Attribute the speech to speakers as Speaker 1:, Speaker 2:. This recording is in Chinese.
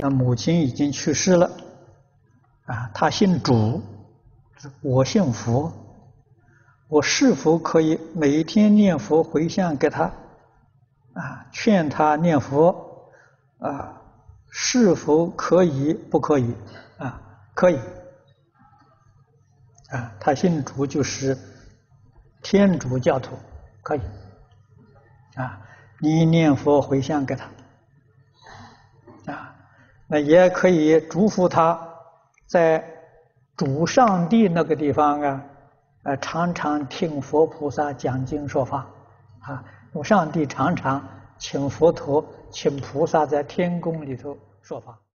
Speaker 1: 母亲已经去世了，他姓主，我姓佛，我是否可以每天念佛回向给他，劝他念佛，是否可以？不可以？可以。他姓主就是天主教徒，可以。你念佛回向给他，那也可以嘱咐他在主上帝那个地方常常听佛菩萨讲经说法，因为上帝常常请佛陀、请菩萨在天宫里头说法。